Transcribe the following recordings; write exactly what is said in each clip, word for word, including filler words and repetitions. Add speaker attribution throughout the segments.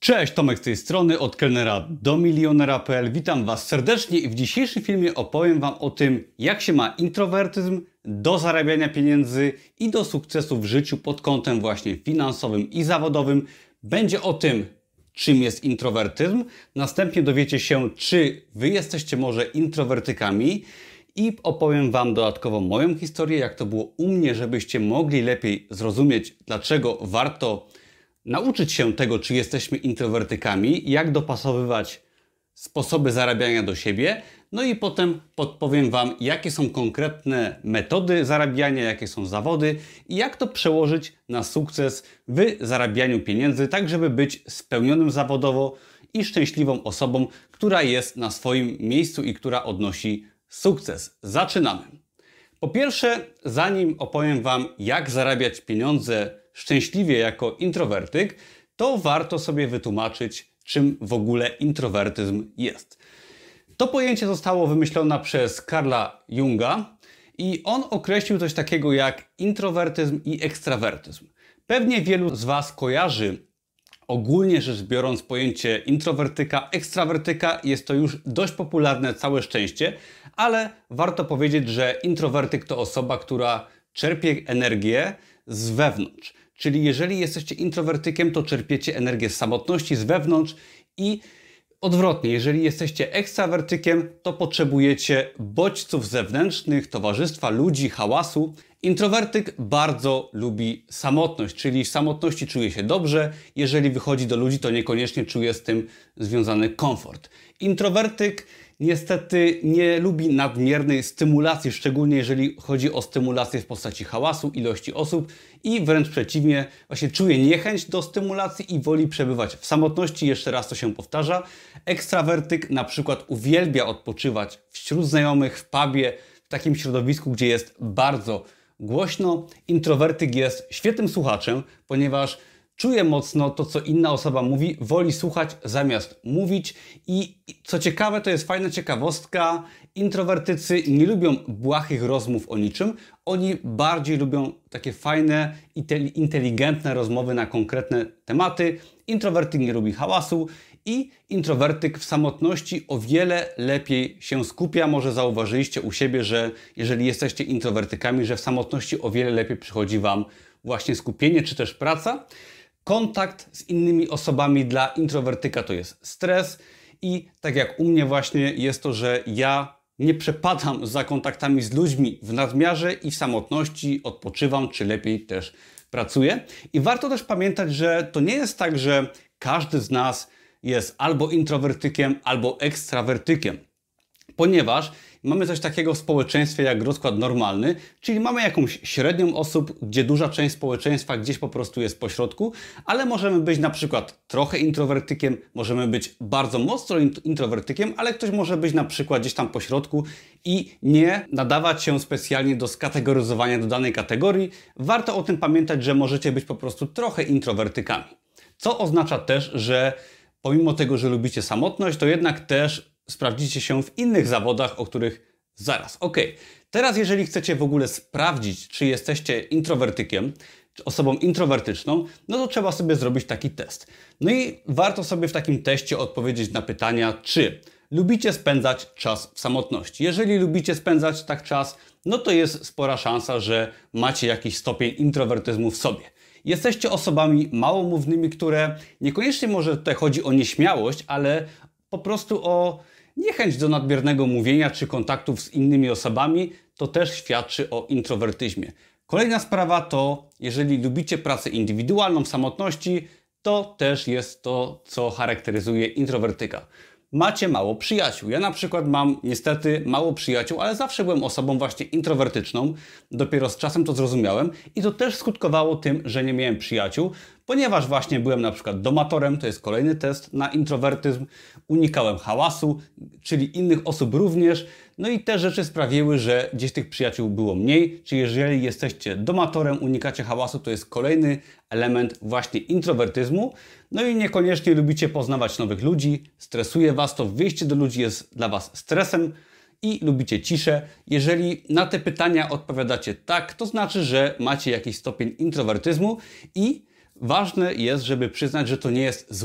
Speaker 1: Cześć, Tomek z tej strony, od kelnera do milionera kropka p l. Witam Was serdecznie i w dzisiejszym filmie opowiem Wam o tym, jak się ma introwertyzm do zarabiania pieniędzy i do sukcesu w życiu pod kątem właśnie finansowym i zawodowym. Będzie o tym, czym jest introwertyzm. Następnie dowiecie się, czy Wy jesteście może introwertykami i opowiem Wam dodatkowo moją historię, jak to było u mnie, żebyście mogli lepiej zrozumieć, dlaczego warto nauczyć się tego, czy jesteśmy introwertykami, jak dopasowywać sposoby zarabiania do siebie. No i potem podpowiem Wam, jakie są konkretne metody zarabiania, jakie są zawody i jak to przełożyć na sukces w zarabianiu pieniędzy, tak żeby być spełnionym zawodowo i szczęśliwą osobą, która jest na swoim miejscu i która odnosi sukces. Zaczynamy. Po pierwsze, zanim opowiem Wam, jak zarabiać pieniądze szczęśliwie jako introwertyk, to warto sobie wytłumaczyć, czym w ogóle introwertyzm jest. To pojęcie zostało wymyślone przez Carla Junga i on określił coś takiego jak introwertyzm i ekstrawertyzm. Pewnie wielu z Was kojarzy ogólnie rzecz biorąc pojęcie introwertyka, ekstrawertyka. Jest to już dość popularne, całe szczęście, ale warto powiedzieć, że introwertyk to osoba, która czerpie energię z wewnątrz. Czyli jeżeli jesteście introwertykiem, to czerpiecie energię z samotności, z wewnątrz i odwrotnie, jeżeli jesteście ekstrawertykiem, to potrzebujecie bodźców zewnętrznych, towarzystwa, ludzi, hałasu. Introwertyk bardzo lubi samotność, czyli w samotności czuje się dobrze. Jeżeli wychodzi do ludzi, to niekoniecznie czuje z tym związany komfort. Introwertyk niestety nie lubi nadmiernej stymulacji, szczególnie jeżeli chodzi o stymulację w postaci hałasu, ilości osób i wręcz przeciwnie, właśnie czuje niechęć do stymulacji i woli przebywać w samotności. Jeszcze raz to się powtarza. Ekstrawertyk na przykład uwielbia odpoczywać wśród znajomych, w pubie, w takim środowisku, gdzie jest bardzo głośno. Introwertyk jest świetnym słuchaczem, ponieważ czuje mocno to, co inna osoba mówi, woli słuchać zamiast mówić i co ciekawe, to jest fajna ciekawostka, introwertycy nie lubią błahych rozmów o niczym, oni bardziej lubią takie fajne, inteligentne rozmowy na konkretne tematy. Introwertyk nie lubi hałasu i introwertyk w samotności o wiele lepiej się skupia. Może zauważyliście u siebie, że jeżeli jesteście introwertykami, że w samotności o wiele lepiej przychodzi Wam właśnie skupienie czy też praca. Kontakt z innymi osobami dla introwertyka to jest stres i tak jak u mnie właśnie jest to, że ja nie przepadam za kontaktami z ludźmi w nadmiarze i w samotności odpoczywam, czy lepiej też pracuję. I warto też pamiętać, że to nie jest tak, że każdy z nas jest albo introwertykiem, albo ekstrawertykiem, ponieważ mamy coś takiego w społeczeństwie jak rozkład normalny, czyli mamy jakąś średnią osób, gdzie duża część społeczeństwa gdzieś po prostu jest pośrodku, ale możemy być na przykład trochę introwertykiem, możemy być bardzo mocno introwertykiem, ale ktoś może być na przykład gdzieś tam pośrodku i nie nadawać się specjalnie do skategoryzowania do danej kategorii. Warto o tym pamiętać, że możecie być po prostu trochę introwertykami. Co oznacza też, że pomimo tego, że lubicie samotność, to jednak też sprawdzicie się w innych zawodach, o których zaraz. Ok, teraz jeżeli chcecie w ogóle sprawdzić, czy jesteście introwertykiem, czy osobą introwertyczną, no to trzeba sobie zrobić taki test. No i warto sobie w takim teście odpowiedzieć na pytania, czy lubicie spędzać czas w samotności. Jeżeli lubicie spędzać tak czas, no to jest spora szansa, że macie jakiś stopień introwertyzmu w sobie. Jesteście osobami małomównymi, które niekoniecznie może tutaj chodzi o nieśmiałość, ale po prostu o niechęć do nadmiernego mówienia czy kontaktów z innymi osobami, to też świadczy o introwertyzmie. Kolejna sprawa to, jeżeli lubicie pracę indywidualną w samotności, to też jest to, co charakteryzuje introwertyka. Macie mało przyjaciół. Ja na przykład mam niestety mało przyjaciół, ale zawsze byłem osobą właśnie introwertyczną. Dopiero z czasem to zrozumiałem i to też skutkowało tym, że nie miałem przyjaciół, ponieważ właśnie byłem na przykład domatorem, to jest kolejny test na introwertyzm, unikałem hałasu, czyli innych osób również, no i te rzeczy sprawiły, że gdzieś tych przyjaciół było mniej, czyli jeżeli jesteście domatorem, unikacie hałasu, to jest kolejny element właśnie introwertyzmu, no i niekoniecznie lubicie poznawać nowych ludzi, stresuje Was to, wyjście do ludzi jest dla Was stresem i lubicie ciszę. Jeżeli na te pytania odpowiadacie tak, to znaczy, że macie jakiś stopień introwertyzmu i ważne jest, żeby przyznać, że to nie jest złe.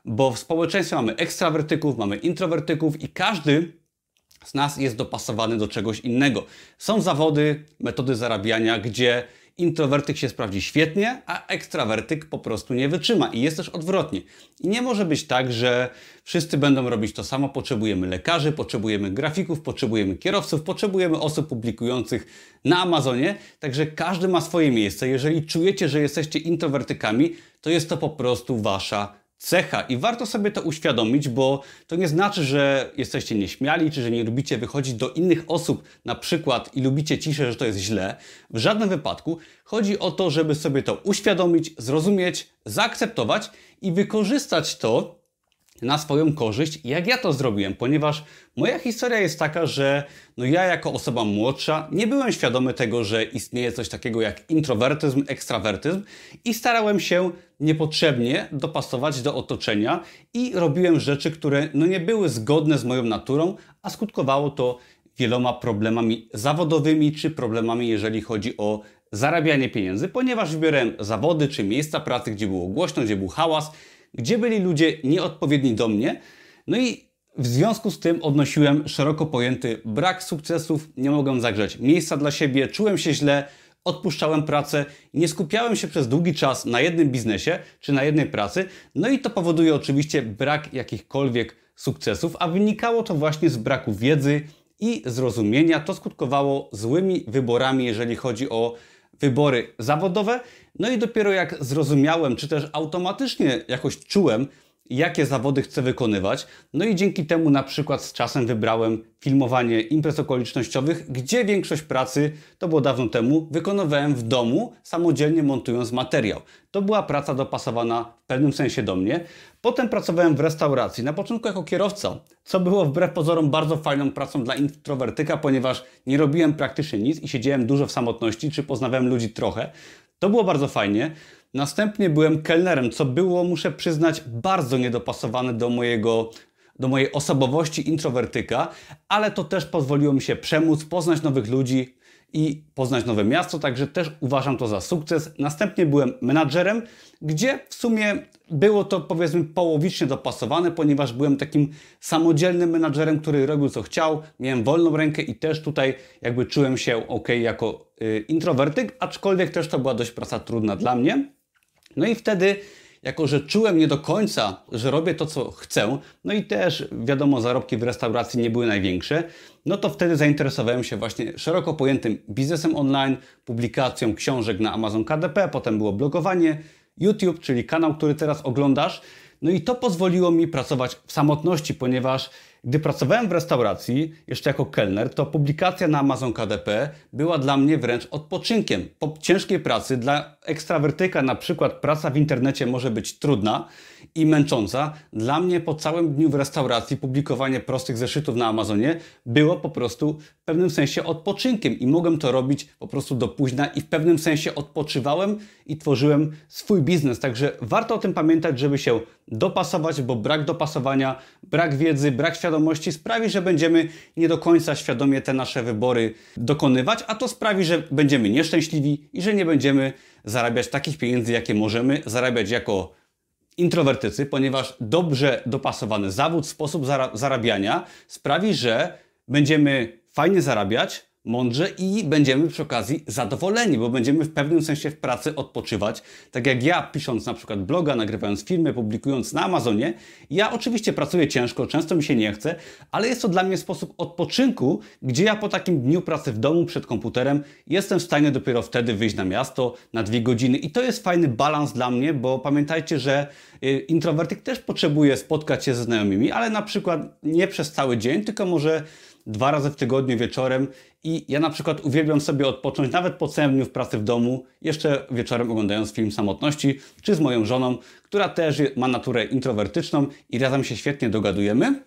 Speaker 1: bo w społeczeństwie mamy ekstrawertyków, mamy introwertyków i każdy z nas jest dopasowany do czegoś innego. Są zawody, metody zarabiania, gdzie introwertyk się sprawdzi świetnie, a ekstrawertyk po prostu nie wytrzyma. I jest też odwrotnie. I nie może być tak, że wszyscy będą robić to samo. Potrzebujemy lekarzy, potrzebujemy grafików, potrzebujemy kierowców, potrzebujemy osób publikujących na Amazonie. Także każdy ma swoje miejsce. Jeżeli czujecie, że jesteście introwertykami, to jest to po prostu wasza cecha i warto sobie to uświadomić, bo to nie znaczy, że jesteście nieśmiali, czy że nie lubicie wychodzić do innych osób na przykład i lubicie ciszę, że to jest źle. W żadnym wypadku. Chodzi o to, żeby sobie to uświadomić, zrozumieć, zaakceptować i wykorzystać to na swoją korzyść, jak ja to zrobiłem, ponieważ moja historia jest taka, że no ja jako osoba młodsza nie byłem świadomy tego, że istnieje coś takiego jak introwertyzm, ekstrawertyzm i starałem się niepotrzebnie dopasować do otoczenia i robiłem rzeczy, które no nie były zgodne z moją naturą, a skutkowało to wieloma problemami zawodowymi czy problemami, jeżeli chodzi o zarabianie pieniędzy, ponieważ wybierałem zawody czy miejsca pracy, gdzie było głośno, gdzie był hałas, gdzie byli ludzie nieodpowiedni do mnie. No i w związku z tym odnosiłem szeroko pojęty brak sukcesów, nie mogłem zagrzeć miejsca dla siebie, czułem się źle, odpuszczałem pracę, nie skupiałem się przez długi czas na jednym biznesie czy na jednej pracy. No i to powoduje oczywiście brak jakichkolwiek sukcesów, a wynikało to właśnie z braku wiedzy i zrozumienia. To skutkowało złymi wyborami, jeżeli chodzi o wybory zawodowe. No i dopiero jak zrozumiałem, czy też automatycznie jakoś czułem, jakie zawody chcę wykonywać, no i dzięki temu na przykład z czasem wybrałem filmowanie imprez okolicznościowych, gdzie większość pracy, to było dawno temu, wykonywałem w domu, samodzielnie montując materiał. To była praca dopasowana w pewnym sensie do mnie. Potem pracowałem w restauracji, na początku jako kierowca, co było wbrew pozorom bardzo fajną pracą dla introwertyka, ponieważ nie robiłem praktycznie nic i siedziałem dużo w samotności, czy poznawałem ludzi trochę. To było bardzo fajnie. Następnie byłem kelnerem, co było, muszę przyznać, bardzo niedopasowane do mojego, do mojej osobowości introwertyka, ale to też pozwoliło mi się przemóc, poznać nowych ludzi i poznać nowe miasto, także też uważam to za sukces. Następnie byłem menadżerem, gdzie w sumie było to, powiedzmy, połowicznie dopasowane, ponieważ byłem takim samodzielnym menadżerem, który robił co chciał, miałem wolną rękę i też tutaj jakby czułem się ok jako y, introwertyk, aczkolwiek też to była dość praca trudna dla mnie. No i wtedy, jako że czułem nie do końca, że robię to, co chcę, no i też wiadomo, zarobki w restauracji nie były największe, no to wtedy zainteresowałem się właśnie szeroko pojętym biznesem online, publikacją książek na Amazon K D P, potem było blogowanie, YouTube, czyli kanał, który teraz oglądasz. No i to pozwoliło mi pracować w samotności, ponieważ gdy pracowałem w restauracji, jeszcze jako kelner, to publikacja na Amazon K D P była dla mnie wręcz odpoczynkiem. Po ciężkiej pracy dla ekstrawertyka na przykład praca w internecie może być trudna i męcząca. Dla mnie po całym dniu w restauracji publikowanie prostych zeszytów na Amazonie było po prostu w pewnym sensie odpoczynkiem i mogłem to robić po prostu do późna i w pewnym sensie odpoczywałem i tworzyłem swój biznes. Także warto o tym pamiętać, żeby się dopasować, bo brak dopasowania, brak wiedzy, brak świadomości sprawi, że będziemy nie do końca świadomie te nasze wybory dokonywać, a to sprawi, że będziemy nieszczęśliwi i że nie będziemy zarabiać takich pieniędzy, jakie możemy zarabiać jako introwertycy, ponieważ dobrze dopasowany zawód, sposób zarabiania sprawi, że będziemy fajnie zarabiać, mądrze i będziemy przy okazji zadowoleni, bo będziemy w pewnym sensie w pracy odpoczywać. Tak jak ja, pisząc na przykład bloga, nagrywając filmy, publikując na Amazonie, ja oczywiście pracuję ciężko, często mi się nie chce, ale jest to dla mnie sposób odpoczynku, gdzie ja po takim dniu pracy w domu przed komputerem jestem w stanie dopiero wtedy wyjść na miasto na dwie godziny i to jest fajny balans dla mnie, bo pamiętajcie, że introwertyk też potrzebuje spotkać się ze znajomymi, ale na przykład nie przez cały dzień, tylko może dwa razy w tygodniu wieczorem i ja na przykład uwielbiam sobie odpocząć nawet po całym dniu w pracy w domu, jeszcze wieczorem oglądając film Samotności, czy z moją żoną, która też ma naturę introwertyczną i razem się świetnie dogadujemy.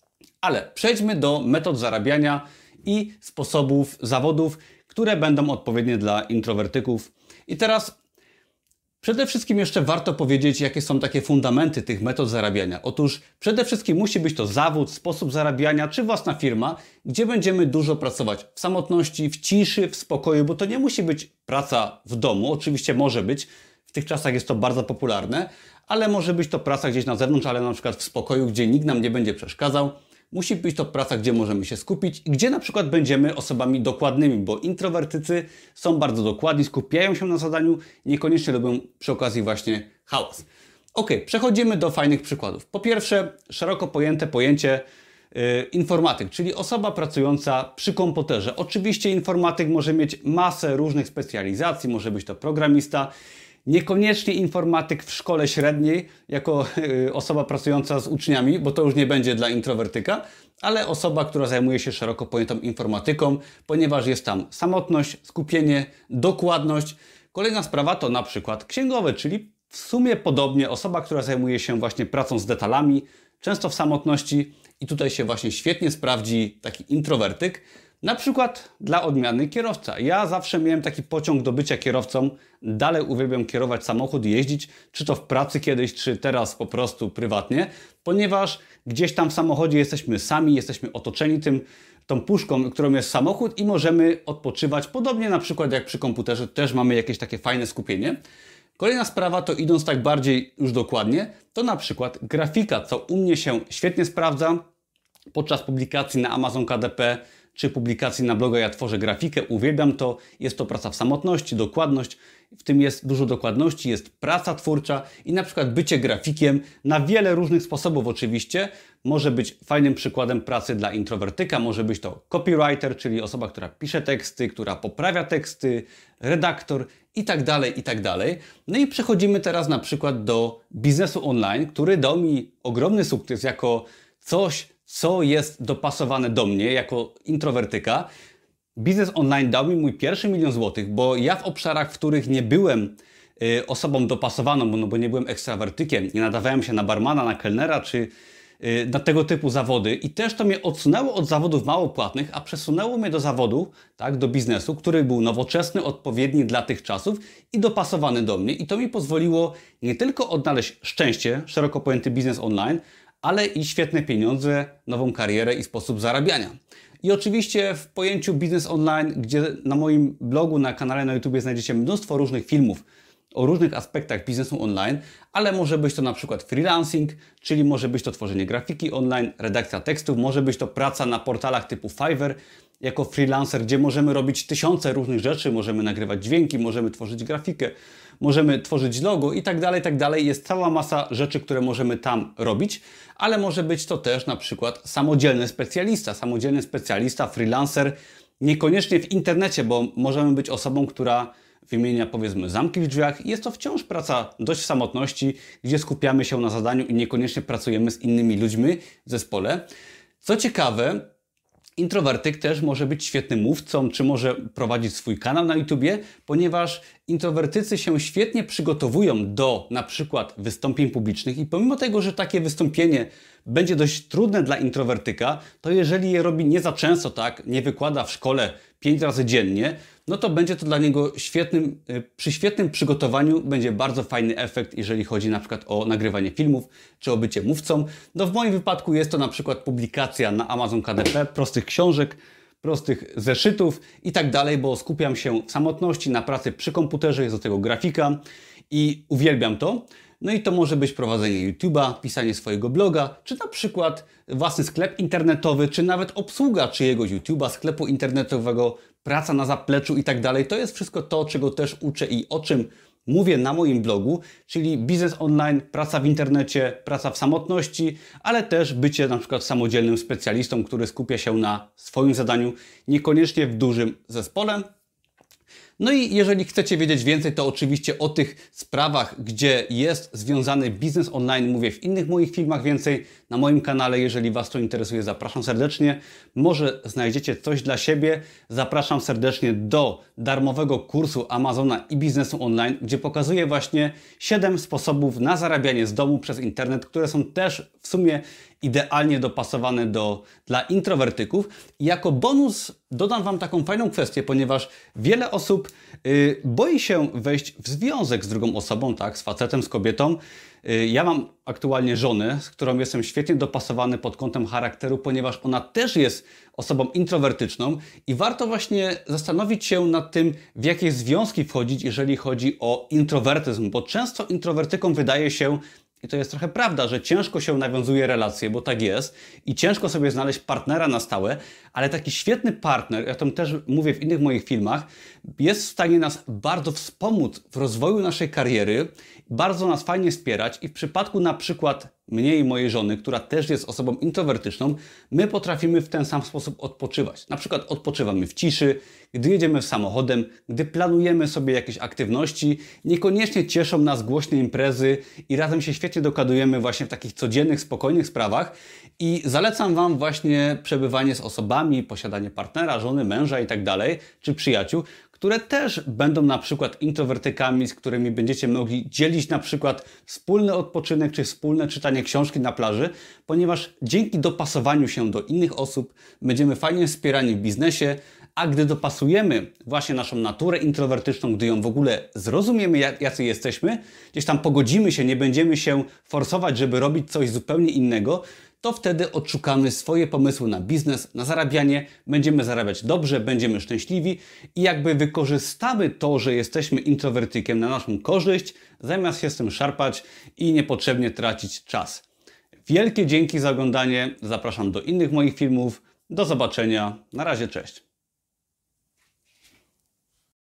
Speaker 1: Ale przejdźmy do metod zarabiania i sposobów zawodów, które będą odpowiednie dla introwertyków. I teraz przede wszystkim jeszcze warto powiedzieć, jakie są takie fundamenty tych metod zarabiania. Otóż przede wszystkim musi być to zawód, sposób zarabiania czy własna firma, gdzie będziemy dużo pracować w samotności, w ciszy, w spokoju, bo to nie musi być praca w domu, oczywiście może być tych czasach jest to bardzo popularne, ale może być to praca gdzieś na zewnątrz, ale na przykład w spokoju, gdzie nikt nam nie będzie przeszkadzał. Musi być to praca, gdzie możemy się skupić i gdzie na przykład będziemy osobami dokładnymi, bo introwertycy są bardzo dokładni, skupiają się na zadaniu, niekoniecznie lubią przy okazji właśnie hałas. Ok, przechodzimy do fajnych przykładów. Po pierwsze, szeroko pojęte pojęcie yy, informatyk, czyli osoba pracująca przy komputerze. Oczywiście informatyk może mieć masę różnych specjalizacji, może być to programista, niekoniecznie informatyk w szkole średniej, jako yy, osoba pracująca z uczniami, bo to już nie będzie dla introwertyka, ale osoba, która zajmuje się szeroko pojętą informatyką, ponieważ jest tam samotność, skupienie, dokładność. Kolejna sprawa to na przykład księgowy, czyli w sumie podobnie osoba, która zajmuje się właśnie pracą z detalami, często w samotności i tutaj się właśnie świetnie sprawdzi taki introwertyk. Na przykład dla odmiany kierowca. Ja zawsze miałem taki pociąg do bycia kierowcą. Dalej uwielbiam kierować samochód i jeździć, czy to w pracy kiedyś, czy teraz po prostu prywatnie, ponieważ gdzieś tam w samochodzie jesteśmy sami, jesteśmy otoczeni tym, tą puszką, którą jest samochód i możemy odpoczywać. Podobnie na przykład jak przy komputerze też mamy jakieś takie fajne skupienie. Kolejna sprawa to idąc tak bardziej już dokładnie, to na przykład grafika, co u mnie się świetnie sprawdza podczas publikacji na Amazon K D P, czy publikacji na bloga. Ja tworzę grafikę, uwielbiam to, jest to praca w samotności, dokładność, w tym jest dużo dokładności, jest praca twórcza i na przykład bycie grafikiem na wiele różnych sposobów oczywiście może być fajnym przykładem pracy dla introwertyka, może być to copywriter, czyli osoba, która pisze teksty, która poprawia teksty, redaktor i tak dalej, i tak dalej. No i przechodzimy teraz na przykład do biznesu online, który dał mi ogromny sukces jako coś, co jest dopasowane do mnie jako introwertyka. Biznes online dał mi mój pierwszy milion złotych, bo ja w obszarach, w których nie byłem y, osobą dopasowaną, bo, no, bo nie byłem ekstrawertykiem, nie nadawałem się na barmana, na kelnera, czy y, na tego typu zawody i też to mnie odsunęło od zawodów mało płatnych, a przesunęło mnie do zawodu, tak, do biznesu, który był nowoczesny, odpowiedni dla tych czasów i dopasowany do mnie i to mi pozwoliło nie tylko odnaleźć szczęście, szeroko pojęty biznes online, ale i świetne pieniądze, nową karierę i sposób zarabiania. I oczywiście w pojęciu biznes online, gdzie na moim blogu, na kanale na YouTube znajdziecie mnóstwo różnych filmów o różnych aspektach biznesu online, ale może być to na przykład freelancing, czyli może być to tworzenie grafiki online, redakcja tekstów, może być to praca na portalach typu Fiverr jako freelancer, gdzie możemy robić tysiące różnych rzeczy, możemy nagrywać dźwięki, możemy tworzyć grafikę, możemy tworzyć logo i tak dalej, i tak dalej. Jest cała masa rzeczy, które możemy tam robić, ale może być to też na przykład samodzielny specjalista, samodzielny specjalista, freelancer, niekoniecznie w internecie, bo możemy być osobą, która wymienia powiedzmy zamki w drzwiach i jest to wciąż praca dość w samotności, gdzie skupiamy się na zadaniu i niekoniecznie pracujemy z innymi ludźmi w zespole. Co ciekawe, introwertyk też może być świetnym mówcą, czy może prowadzić swój kanał na YouTubie, ponieważ introwertycy się świetnie przygotowują do na przykład wystąpień publicznych i pomimo tego, że takie wystąpienie będzie dość trudne dla introwertyka, to jeżeli je robi nie za często, tak, nie wykłada w szkole pięć razy dziennie, no to będzie to dla niego świetnym, przy świetnym przygotowaniu będzie bardzo fajny efekt, jeżeli chodzi na przykład o nagrywanie filmów, czy o bycie mówcą. No w moim wypadku jest to na przykład publikacja na Amazon K D P, prostych książek, prostych zeszytów i tak dalej, bo skupiam się w samotności, na pracy przy komputerze, jest do tego grafika i uwielbiam to. No i to może być prowadzenie YouTube'a, pisanie swojego bloga, czy na przykład własny sklep internetowy, czy nawet obsługa czyjegoś YouTube'a, sklepu internetowego, praca na zapleczu i tak dalej. To jest wszystko to, czego też uczę i o czym mówię na moim blogu, czyli biznes online, praca w internecie, praca w samotności, ale też bycie na przykład samodzielnym specjalistą, który skupia się na swoim zadaniu, niekoniecznie w dużym zespole. No i jeżeli chcecie wiedzieć więcej, to oczywiście o tych sprawach, gdzie jest związany biznes online, mówię w innych moich filmach więcej na moim kanale. Jeżeli Was to interesuje, zapraszam serdecznie. Może znajdziecie coś dla siebie. Zapraszam serdecznie do darmowego kursu Amazona i biznesu online, gdzie pokazuję właśnie siedem sposobów na zarabianie z domu przez internet, które są też w sumie idealnie dopasowane do, dla introwertyków. I jako bonus dodam Wam taką fajną kwestię, ponieważ wiele osób y, boi się wejść w związek z drugą osobą, tak, z facetem, z kobietą. Y, ja mam aktualnie żonę, z którą jestem świetnie dopasowany pod kątem charakteru, ponieważ ona też jest osobą introwertyczną i warto właśnie zastanowić się nad tym, w jakie związki wchodzić, jeżeli chodzi o introwertyzm, bo często introwertykom wydaje się, i to jest trochę prawda, że ciężko się nawiązuje relacje, bo tak jest i ciężko sobie znaleźć partnera na stałe, ale taki świetny partner, ja to też mówię w innych moich filmach, jest w stanie nas bardzo wspomóc w rozwoju naszej kariery, bardzo nas fajnie wspierać i w przypadku na przykład mnie i mojej żony, która też jest osobą introwertyczną, my potrafimy w ten sam sposób odpoczywać. Na przykład odpoczywamy w ciszy, gdy jedziemy samochodem, gdy planujemy sobie jakieś aktywności, niekoniecznie cieszą nas głośne imprezy i razem się świetnie dogadujemy właśnie w takich codziennych, spokojnych sprawach. I zalecam Wam właśnie przebywanie z osobami, posiadanie partnera, żony, męża i tak dalej, czy przyjaciół, które też będą na przykład introwertykami, z którymi będziecie mogli dzielić na przykład wspólny odpoczynek, czy wspólne czytanie książki na plaży, ponieważ dzięki dopasowaniu się do innych osób będziemy fajnie wspierani w biznesie, a gdy dopasujemy właśnie naszą naturę introwertyczną, gdy ją w ogóle zrozumiemy, jacy jesteśmy, gdzieś tam pogodzimy się, nie będziemy się forsować, żeby robić coś zupełnie innego, to wtedy odszukamy swoje pomysły na biznes, na zarabianie, będziemy zarabiać dobrze, będziemy szczęśliwi i jakby wykorzystamy to, że jesteśmy introwertykiem na naszą korzyść, zamiast się z tym szarpać i niepotrzebnie tracić czas. Wielkie dzięki za oglądanie, zapraszam do innych moich filmów, do zobaczenia, na razie, cześć.